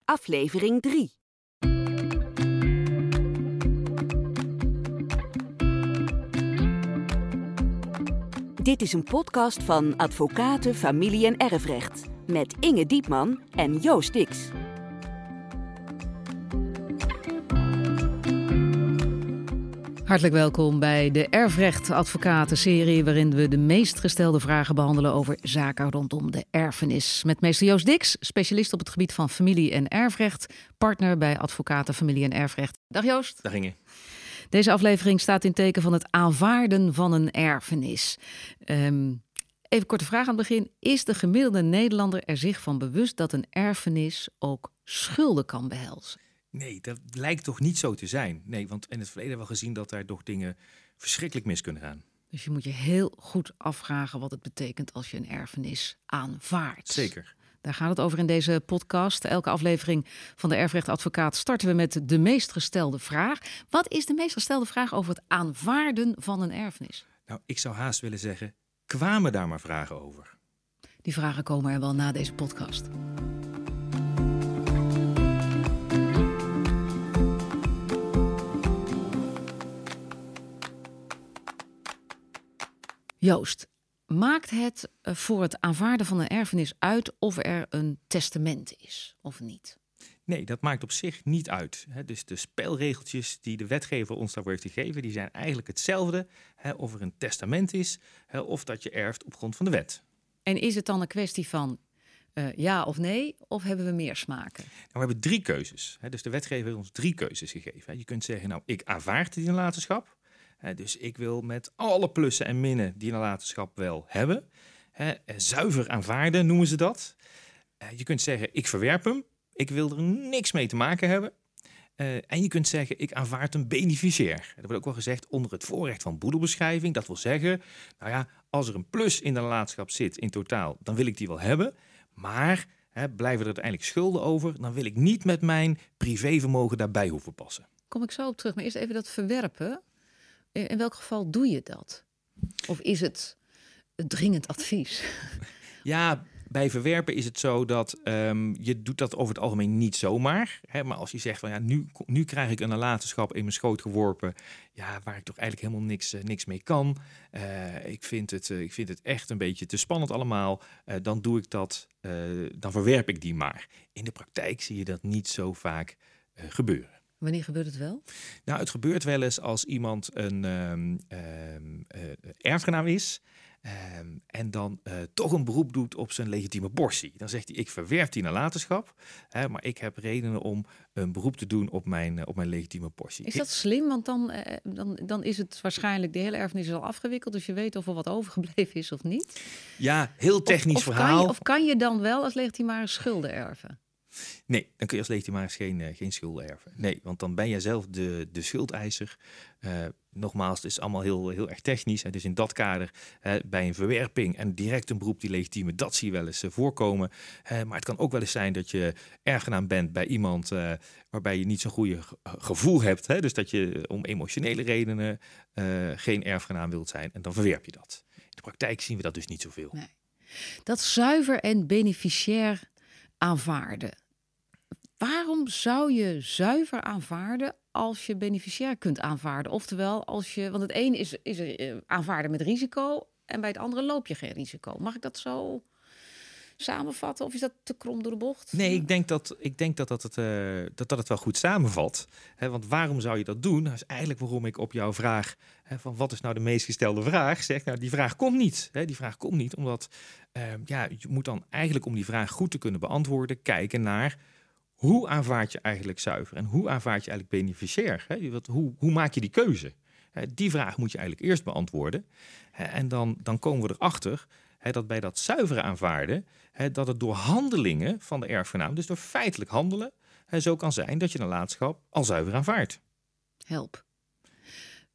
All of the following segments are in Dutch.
aflevering 3. Dit is een podcast van Advocaten, Familie en Erfrecht met Inge Diepman en Joost Dix. Hartelijk welkom bij de Erfrecht Advocaten-serie, waarin we de meest gestelde vragen behandelen over zaken rondom de erfenis. Met meester Joost Dix, specialist op het gebied van familie- en erfrecht, partner bij Advocaten, Familie en Erfrecht. Dag Joost. Dag Inge. Deze aflevering staat in teken van het aanvaarden van een erfenis. Even korte vraag aan het begin. Is de gemiddelde Nederlander er zich van bewust dat een erfenis ook schulden kan behelzen? Nee, dat lijkt toch niet zo te zijn. Nee, want in het verleden hebben we gezien dat daar toch dingen verschrikkelijk mis kunnen gaan. Dus je moet je heel goed afvragen wat het betekent als je een erfenis aanvaardt. Zeker. Daar gaat het over in deze podcast. Elke aflevering van de Erfrecht Advocaat starten we met de meest gestelde vraag. Wat is de meest gestelde vraag over het aanvaarden van een erfenis? Nou, ik zou haast willen zeggen, kwamen daar maar vragen over? Die vragen komen er wel na deze podcast. Joost, maakt het voor het aanvaarden van een erfenis uit of er een testament is of niet? Nee, dat maakt op zich niet uit. Dus de spelregeltjes die de wetgever ons daarvoor heeft gegeven, die zijn eigenlijk hetzelfde. Of er een testament is of dat je erft op grond van de wet. En is het dan een kwestie van ja of nee, of hebben we meer smaken? Nou, we hebben 3 keuzes. Dus de wetgever heeft ons 3 keuzes gegeven. Je kunt zeggen, nou, ik aanvaard die nalatenschap. Dus ik wil met alle plussen en minnen die nalatenschap wel hebben. Zuiver aanvaarden noemen ze dat. Je kunt zeggen, ik verwerp hem. Ik wil er niks mee te maken hebben. En je kunt zeggen, ik aanvaard een beneficiair. Dat wordt ook wel gezegd onder het voorrecht van boedelbeschrijving. Dat wil zeggen, nou ja, als er een plus in de nalatenschap zit in totaal, dan wil ik die wel hebben. Maar blijven er uiteindelijk schulden over, dan wil ik niet met mijn privévermogen daarbij hoeven passen. Kom ik zo op terug, maar eerst even dat verwerpen. In welk geval doe je dat? Of is het een dringend advies? Ja, bij verwerpen is het zo dat je doet dat over het algemeen niet zomaar. Maar als je zegt van ja, nu krijg ik een nalatenschap in mijn schoot geworpen, ja, waar ik toch eigenlijk helemaal niks mee kan. Ik vind het echt een beetje te spannend allemaal. Dan doe ik dat, dan verwerp ik die maar. In de praktijk zie je dat niet zo vaak gebeuren. Wanneer gebeurt het wel? Nou, het gebeurt wel eens als iemand een erfgenaam is en dan toch een beroep doet op zijn legitieme portie. Dan zegt hij, ik verwerf die nalatenschap, maar ik heb redenen om een beroep te doen op mijn legitieme portie. Is dat slim? Want dan is het waarschijnlijk, de hele erfenis is al afgewikkeld, dus je weet of er wat overgebleven is of niet. Ja, heel technisch verhaal. Of kan je dan wel als legitimaris schulden erven? Nee, dan kun je als legitimaris geen schulden erven. Nee, want dan ben jij zelf de schuldeiser. Nogmaals, het is allemaal heel erg technisch. Dus in dat kader, bij een verwerping en direct een beroep die legitieme, dat zie je wel eens voorkomen. Maar het kan ook wel eens zijn dat je erfgenaam bent bij iemand waarbij je niet zo'n goede gevoel hebt. Dus dat je om emotionele redenen geen erfgenaam wilt zijn en dan verwerp je dat. In de praktijk zien we dat dus niet zoveel. Nee. Dat zuiver en beneficiair aanvaarden. Waarom zou je zuiver aanvaarden als je beneficiair kunt aanvaarden? Oftewel, want het een is aanvaarden met risico en bij het andere loop je geen risico. Mag ik dat zo samenvatten of is dat te krom door de bocht? Nee, ik denk dat het wel goed samenvat. Want waarom zou je dat doen? Dat is eigenlijk waarom ik op jouw vraag, van wat is nou de meest gestelde vraag, zeg. Nou, die vraag komt niet. Die vraag komt niet omdat je moet dan eigenlijk om die vraag goed te kunnen beantwoorden kijken naar hoe aanvaard je eigenlijk zuiver en hoe aanvaard je eigenlijk beneficiair. Hoe maak je die keuze? Die vraag moet je eigenlijk eerst beantwoorden. En dan komen we erachter dat bij dat zuivere aanvaarden, dat het door handelingen van de erfgenaam, dus door feitelijk handelen, zo kan zijn dat je de nalatenschap al zuiver aanvaardt. Help.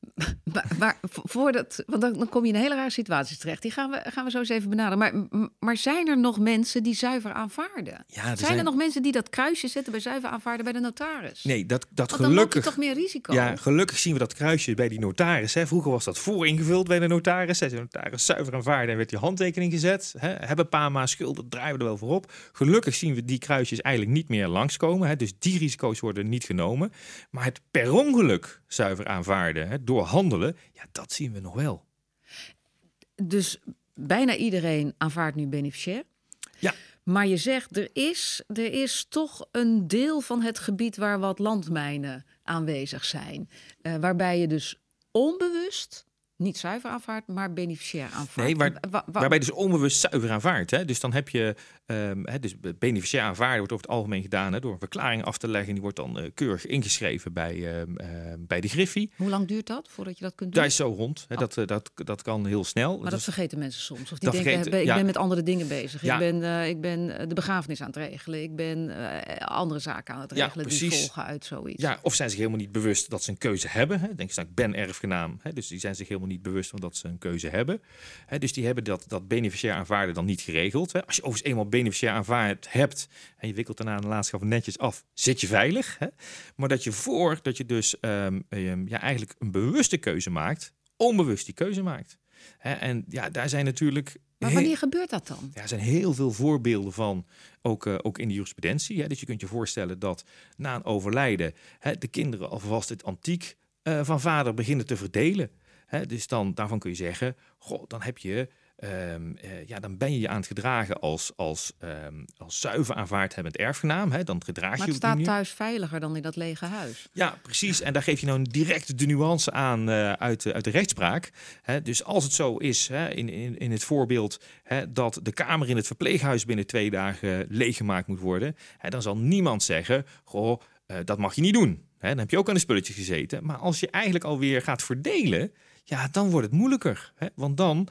Maar voordat, want dan kom je in een hele rare situatie terecht. Die gaan we zo eens even benaderen. Maar zijn er nog mensen die zuiver aanvaarden? Ja, zijn er nog mensen die dat kruisje zetten bij zuiver aanvaarden bij de notaris? Nee, dat Want gelukkig... dan loop je toch meer risico? Ja, gelukkig zien we dat kruisje bij die notaris. Hè. Vroeger was dat voor ingevuld bij de notaris. De notaris zuiver aanvaarden en werd die handtekening gezet. Hè. Hebben pa maar schulden, draaien we er wel voor op. Gelukkig zien we die kruisjes eigenlijk niet meer langskomen. Hè. Dus die risico's worden niet genomen. Maar het per ongeluk zuiver aanvaarden, hè, door handelen, ja, dat zien we nog wel. Dus bijna iedereen aanvaardt nu beneficiair. Ja. Maar je zegt, er is toch een deel van het gebied waar wat landmijnen aanwezig zijn. Waarbij je dus onbewust niet zuiver aanvaardt, maar beneficiair aanvaardt. Nee, waarbij dus onbewust zuiver aanvaardt. Hè? Dus dan heb je, dus beneficiair aanvaarden wordt over het algemeen gedaan, hè, door een verklaring af te leggen. Die wordt dan keurig ingeschreven bij de Griffie. Hoe lang duurt dat voordat je dat kunt doen? Daar is zo rond. Hè? Dat kan heel snel. Maar dat vergeten mensen soms. Of die dat denken, vergeten, ik ben met andere dingen bezig. Ja. Ik ben de begrafenis aan het regelen. Ik ben andere zaken aan het regelen die volgen uit zoiets. Ja, of zijn zich helemaal niet bewust dat ze een keuze hebben. Hè? Denk ik ben erfgenaam. Hè? Dus die zijn zich helemaal niet bewust van dat ze een keuze hebben. Hè? Dus die hebben dat beneficiair aanvaarden dan niet geregeld. Hè? Als je overigens eenmaal beneficiair aanvaard hebt en je wikkelt daarna een laatschap netjes af, zit je veilig. Hè? Maar dat je voordat je dus eigenlijk een bewuste keuze maakt, onbewust die keuze maakt. Hè? En ja, daar zijn natuurlijk... Maar wanneer gebeurt dat dan? Ja, er zijn heel veel voorbeelden van, ook in de jurisprudentie. Hè? Dus je kunt je voorstellen dat na een overlijden de kinderen alvast het antiek van vader beginnen te verdelen. Dus daarvan kun je zeggen, dan heb je, dan ben je je aan het gedragen als zuiver aanvaardhebbend erfgenaam. Dan gedraag maar je het staat thuis veiliger dan in dat lege huis. Ja, precies. En daar geef je nou direct de nuance aan uit de rechtspraak. Dus als het zo is, in het voorbeeld, dat de kamer in het verpleeghuis binnen 2 dagen leeggemaakt moet worden, dan zal niemand zeggen, dat mag je niet doen. Dan heb je ook aan de spulletjes gezeten. Maar als je eigenlijk alweer gaat verdelen, ja, dan wordt het moeilijker. Want dan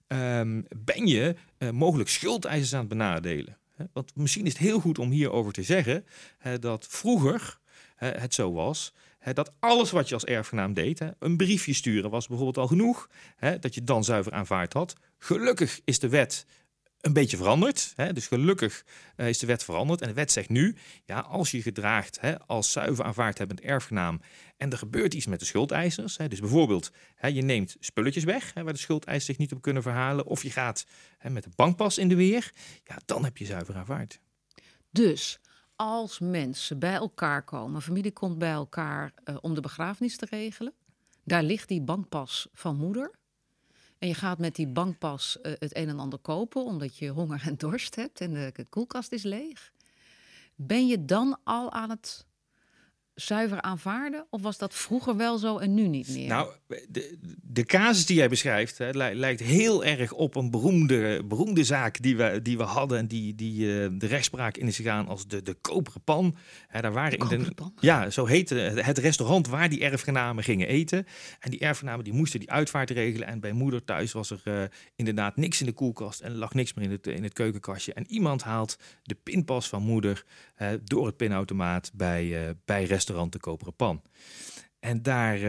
ben je mogelijk schuldeisers aan het benadelen. Want misschien is het heel goed om hierover te zeggen dat vroeger het zo was dat alles wat je als erfgenaam deed, een briefje sturen was bijvoorbeeld al genoeg, dat je dan zuiver aanvaard had. Gelukkig is de wet een beetje veranderd. Dus gelukkig is de wet veranderd. En de wet zegt nu, ja, als je gedraagt als zuiver aanvaardhebbend erfgenaam en er gebeurt iets met de schuldeisers. Dus bijvoorbeeld, je neemt spulletjes weg waar de schuldeisers zich niet op kunnen verhalen. Of je gaat met de bankpas in de weer. Ja, dan heb je zuiver aanvaard. Dus als mensen bij elkaar komen, familie komt bij elkaar om de begrafenis te regelen. Daar ligt die bankpas van moeder. En je gaat met die bankpas het een en ander kopen, omdat je honger en dorst hebt en de koelkast is leeg. Ben je dan al aan het zuiver aanvaarden? Of was dat vroeger wel zo en nu niet meer? Nou, de casus die jij beschrijft lijkt heel erg op een beroemde zaak die we hadden en die de rechtspraak in is gegaan als de koperen pan. Daar waren ja, zo heette het restaurant waar die erfgenamen gingen eten. En die erfgenamen die moesten die uitvaart regelen. En bij moeder thuis was er inderdaad niks in de koelkast en er lag niks meer in het keukenkastje. En iemand haalt de pinpas van moeder door het pinautomaat bij restaurant de koperen pan. En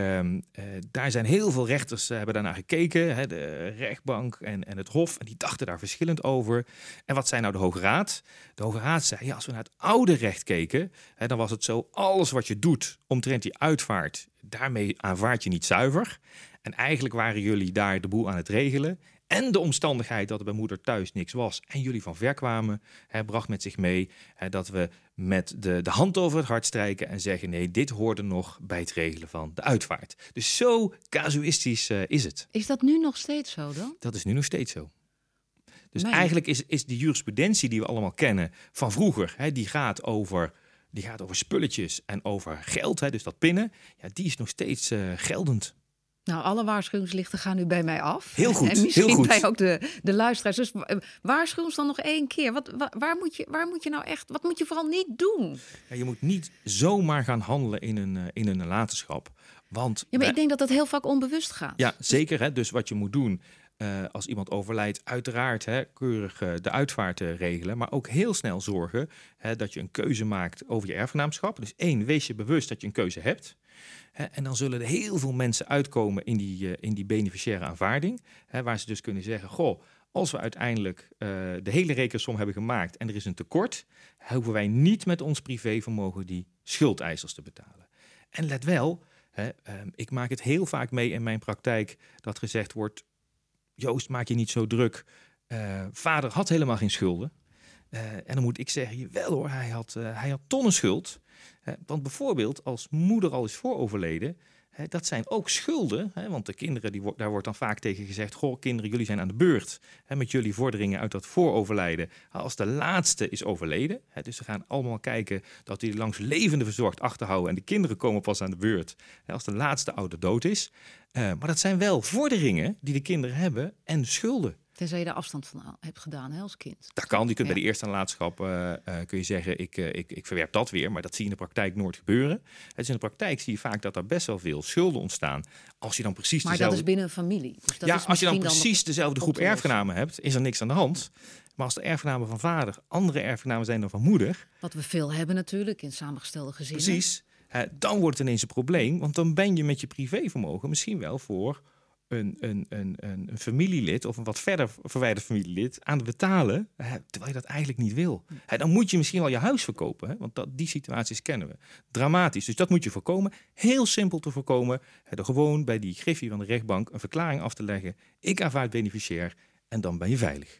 daar zijn heel veel rechters hebben daarnaar gekeken. De rechtbank en het hof. En die dachten daar verschillend over. En wat zei nou de Hoge Raad? De Hoge Raad zei, ja, als we naar het oude recht keken, dan was het zo, alles wat je doet omtrent die uitvaart, daarmee aanvaard je niet zuiver. En eigenlijk waren jullie daar de boel aan het regelen. En de omstandigheid dat er bij moeder thuis niks was en jullie van ver kwamen, bracht met zich mee dat we met de hand over het hart strijken en zeggen, nee, dit hoorde nog bij het regelen van de uitvaart. Dus zo casuïstisch is het. Is dat nu nog steeds zo dan? Dat is nu nog steeds zo. Dus eigenlijk is die jurisprudentie die we allemaal kennen van vroeger, die gaat over spulletjes en over geld, dus dat pinnen, ja, die is nog steeds geldend. Nou, alle waarschuwingslichten gaan nu bij mij af. Heel goed, en misschien heel goed. bij ook de luisteraars. Dus waarschuw ons dan nog 1 keer. Waar moet je nou echt, wat moet je vooral niet doen? Ja, je moet niet zomaar gaan handelen in een nalatenschap. Want ja, maar ik denk dat dat heel vaak onbewust gaat. Ja, zeker. Dus wat je moet doen, als iemand overlijdt, uiteraard keurig de uitvaart regelen. Maar ook heel snel zorgen dat je een keuze maakt over je erfgenaamschap. Dus 1, wees je bewust dat je een keuze hebt. En dan zullen er heel veel mensen uitkomen in die beneficiaire aanvaarding. Waar ze dus kunnen zeggen, goh, als we uiteindelijk de hele rekensom hebben gemaakt en er is een tekort, hoeven wij niet met ons privévermogen die schuldeisers te betalen. En let wel, ik maak het heel vaak mee in mijn praktijk dat gezegd wordt, Joost, maak je niet zo druk. Vader had helemaal geen schulden. En dan moet ik zeggen, jawel hoor, hij had tonnen schuld. Want bijvoorbeeld als moeder al is vooroverleden, dat zijn ook schulden. Want de kinderen, daar wordt dan vaak tegen gezegd, goh, kinderen, jullie zijn aan de beurt. Met jullie vorderingen uit dat vooroverlijden. Als de laatste is overleden, dus ze gaan allemaal kijken dat die langs levende verzorgd achterhouden. En de kinderen komen pas aan de beurt als de laatste ouder dood is. Maar dat zijn wel vorderingen die de kinderen hebben en schulden. Tenzij je daar afstand van hebt gedaan als kind. Dat kan. Je kunt bij de eerste nalatenschap kun je zeggen, ik verwerp dat weer. Maar dat zie je in de praktijk nooit gebeuren. Dus in de praktijk zie je vaak dat er best wel veel schulden ontstaan. Als je dan precies maar dat is binnen een familie. Dus dat is als je dan precies dezelfde groep erfgenamen hebt, is er niks aan de hand. Maar als de erfgenamen van vader andere erfgenamen zijn dan van moeder. Wat we veel hebben natuurlijk in samengestelde gezinnen. Precies. Dan wordt het ineens een probleem. Want dan ben je met je privévermogen misschien wel voor een familielid of een wat verder verwijderd familielid aan het betalen, terwijl je dat eigenlijk niet wil. Dan moet je misschien wel je huis verkopen, want die situaties kennen we. Dramatisch, dus dat moet je voorkomen. Heel simpel te voorkomen, door gewoon bij die griffie van de rechtbank een verklaring af te leggen. Ik aanvaard beneficiair en dan ben je veilig.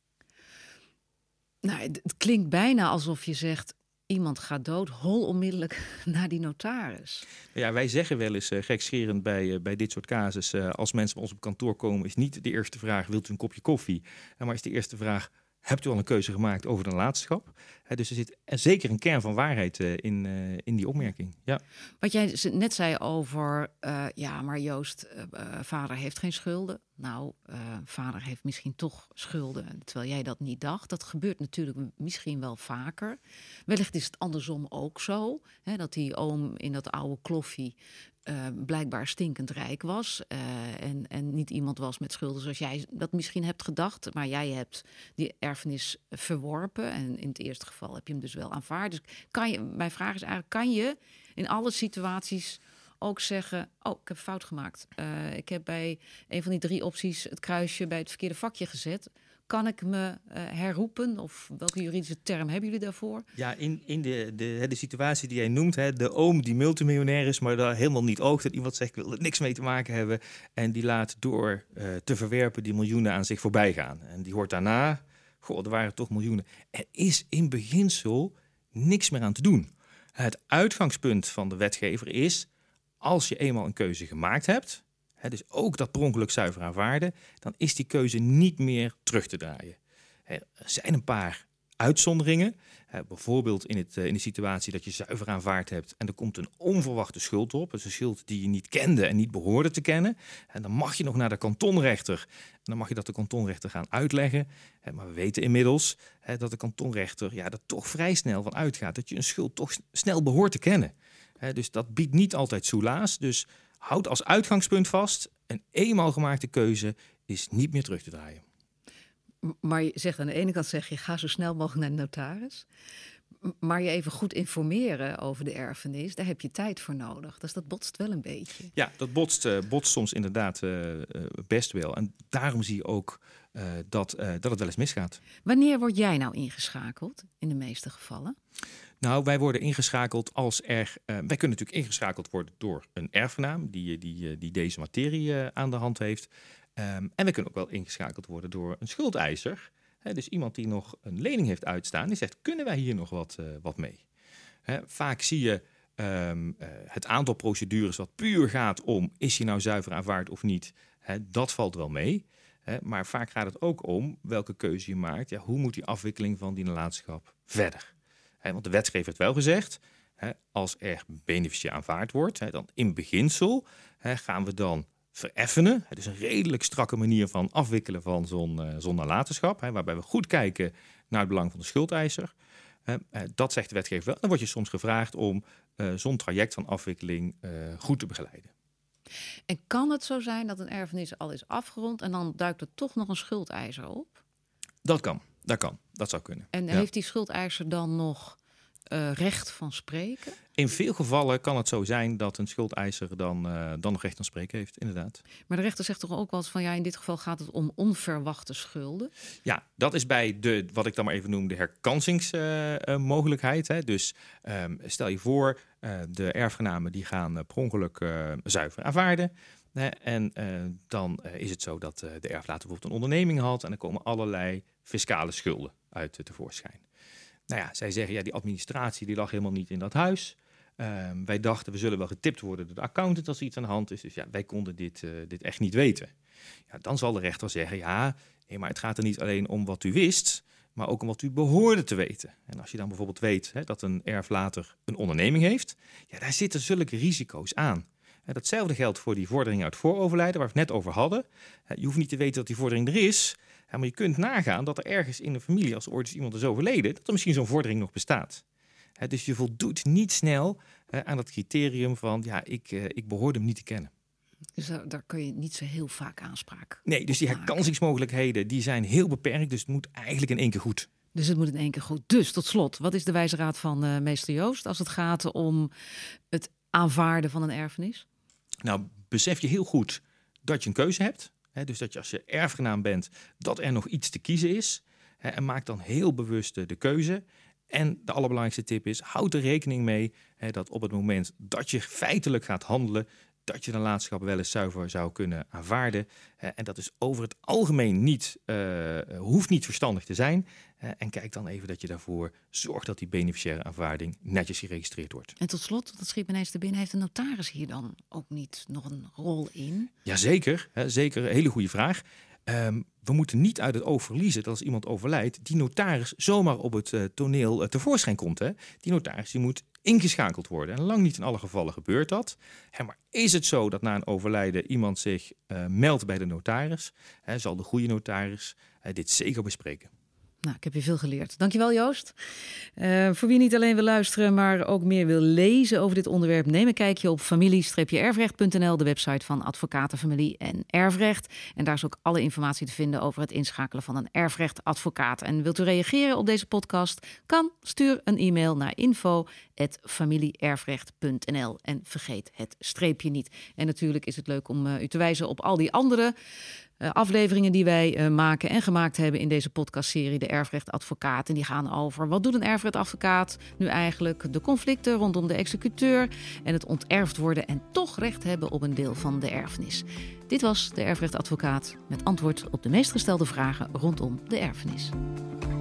Nou, het klinkt bijna alsof je zegt, iemand gaat dood, hol onmiddellijk naar die notaris. Ja, wij zeggen wel eens gekscherend bij dit soort casussen, als mensen bij ons op kantoor komen, is niet de eerste vraag, wilt u een kopje koffie? Maar is de eerste vraag, hebt u al een keuze gemaakt over de nalatenschap? Dus er zit zeker een kern van waarheid in die opmerking. Ja. Wat jij net zei over, maar Joost, vader heeft geen schulden. Nou, vader heeft misschien toch schulden, terwijl jij dat niet dacht. Dat gebeurt natuurlijk misschien wel vaker. Wellicht is het andersom ook zo, dat die oom in dat oude kloffie blijkbaar stinkend rijk was. En niet iemand was met schulden zoals jij dat misschien hebt gedacht. Maar jij hebt die erfenis verworpen. En in het eerste geval heb je hem dus wel aanvaard. Dus mijn vraag is eigenlijk, kan je in alle situaties ook zeggen, ik heb fout gemaakt. Ik heb bij een van die 3 opties het kruisje bij het verkeerde vakje gezet. Kan ik me herroepen? Of welke juridische term hebben jullie daarvoor? Ja, in de situatie die jij noemt, de oom die multimiljonair is, maar daar helemaal niet oogt. Dat iemand zegt, ik wil er niks mee te maken hebben. En die laat door te verwerpen die miljoenen aan zich voorbij gaan. En die hoort daarna, er waren toch miljoenen. Er is in beginsel niks meer aan te doen. Het uitgangspunt van de wetgever is, als je eenmaal een keuze gemaakt hebt, dus ook dat per ongeluk zuiver aanvaarden, dan is die keuze niet meer terug te draaien. Er zijn een paar uitzonderingen. Bijvoorbeeld in de situatie dat je zuiver aanvaard hebt en er komt een onverwachte schuld op. Dus een schuld die je niet kende en niet behoorde te kennen. En dan mag je nog naar de kantonrechter. En dan mag je dat de kantonrechter gaan uitleggen. Maar we weten inmiddels dat de kantonrechter er toch vrij snel van uitgaat dat je een schuld toch snel behoort te kennen. Dus dat biedt niet altijd soelaas. Dus houd als uitgangspunt vast, een eenmaal gemaakte keuze is niet meer terug te draaien. Maar je zegt aan de ene kant, ga zo snel mogelijk naar de notaris. Maar je even goed informeren over de erfenis, daar heb je tijd voor nodig. Dus dat botst wel een beetje. Ja, dat botst soms inderdaad best wel. En daarom zie je ook dat het wel eens misgaat. Wanneer word jij nou ingeschakeld in de meeste gevallen? Nou, wij worden ingeschakeld als wij kunnen natuurlijk ingeschakeld worden door een erfgenaam die deze materie aan de hand heeft. En we kunnen ook wel ingeschakeld worden door een schuldeiser. Dus iemand die nog een lening heeft uitstaan, die zegt, kunnen wij hier nog wat mee? Vaak zie je het aantal procedures wat puur gaat om, is hij nou zuiver aanvaard of niet? Dat valt wel mee. Maar vaak gaat het ook om welke keuze je maakt. Hoe moet die afwikkeling van die nalatenschap verder? Want de wetgever heeft wel gezegd, als er beneficie aanvaard wordt, dan in beginsel gaan we dan vereffenen. Dus een redelijk strakke manier van afwikkelen van zo'n nalatenschap, waarbij we goed kijken naar het belang van de schuldeiser. Dat zegt de wetgever wel. Dan word je soms gevraagd om zo'n traject van afwikkeling goed te begeleiden. En kan het zo zijn dat een erfenis al is afgerond en dan duikt er toch nog een schuldeiser op? Dat kan. Dat zou kunnen. En heeft die schuldeiser dan nog recht van spreken? In veel gevallen kan het zo zijn dat een schuldeiser dan nog recht van spreken heeft, inderdaad. Maar de rechter zegt toch ook wel eens van in dit geval gaat het om onverwachte schulden? Ja, dat is bij wat ik dan maar even noem, de herkansingsmogelijkheid. Dus stel je voor, de erfgenamen die gaan per ongeluk zuiver aanvaarden. En dan is het zo dat de erflater bijvoorbeeld een onderneming had en dan komen allerlei fiscale schulden uit tevoorschijn. Nou ja, zij zeggen, die administratie die lag helemaal niet in dat huis. Wij dachten, we zullen wel getipt worden door de accountant als er iets aan de hand is. Dus wij konden dit echt niet weten. Ja, dan zal de rechter zeggen, maar het gaat er niet alleen om wat u wist, maar ook om wat u behoorde te weten. En als je dan bijvoorbeeld weet dat een erflater een onderneming heeft, daar zitten zulke risico's aan. Datzelfde geldt voor die vordering uit vooroverlijden, waar we het net over hadden. Je hoeft niet te weten dat die vordering er is, maar je kunt nagaan dat er ergens in de familie, als ooit iemand is overleden, dat er misschien zo'n vordering nog bestaat. Dus je voldoet niet snel aan dat criterium van, ik behoorde hem niet te kennen. Dus daar kun je niet zo heel vaak aanspraak. Nee, dus die herkansingsmogelijkheden die zijn heel beperkt, dus het moet eigenlijk in één keer goed. Dus het moet in één keer goed. Dus tot slot, wat is de wijze raad van meester Joost als het gaat om het aanvaarden van een erfenis? Nou, besef je heel goed dat je een keuze hebt. Dus dat je als je erfgenaam bent, dat er nog iets te kiezen is. En maak dan heel bewust de keuze. En de allerbelangrijkste tip is, houd er rekening mee dat op het moment dat je feitelijk gaat handelen, dat je de nalatenschap wel eens zuiver zou kunnen aanvaarden. En dat is over het algemeen niet, hoeft niet verstandig te zijn. En kijk dan even dat je daarvoor zorgt dat die beneficiaire aanvaarding netjes geregistreerd wordt. En tot slot, dat schiet me ineens te binnen, heeft de notaris hier dan ook niet nog een rol in? Jazeker, zeker. Een hele goede vraag. We moeten niet uit het oog verliezen dat als iemand overlijdt, die notaris zomaar op het toneel tevoorschijn komt. Die notaris die moet ingeschakeld worden. En lang niet in alle gevallen gebeurt dat. Maar is het zo dat na een overlijden iemand zich meldt bij de notaris, zal de goede notaris dit zeker bespreken. Nou, ik heb je veel geleerd. Dankjewel, Joost. Voor wie niet alleen wil luisteren, maar ook meer wil lezen over dit onderwerp, neem een kijkje op familie-erfrecht.nl, de website van Advocaten Familie en Erfrecht. En daar is ook alle informatie te vinden over het inschakelen van een erfrechtadvocaat. En wilt u reageren op deze podcast? Kan, stuur een e-mail naar info@familieerfrecht.nl en vergeet het streepje niet. En natuurlijk is het leuk om u te wijzen op al die andere afleveringen die wij maken en gemaakt hebben in deze podcastserie, de Erfrechtadvocaat. En die gaan over, wat doet een erfrechtadvocaat nu eigenlijk? De conflicten rondom de executeur en het onterfd worden en toch recht hebben op een deel van de erfenis. Dit was de Erfrechtadvocaat met antwoord op de meest gestelde vragen rondom de erfenis.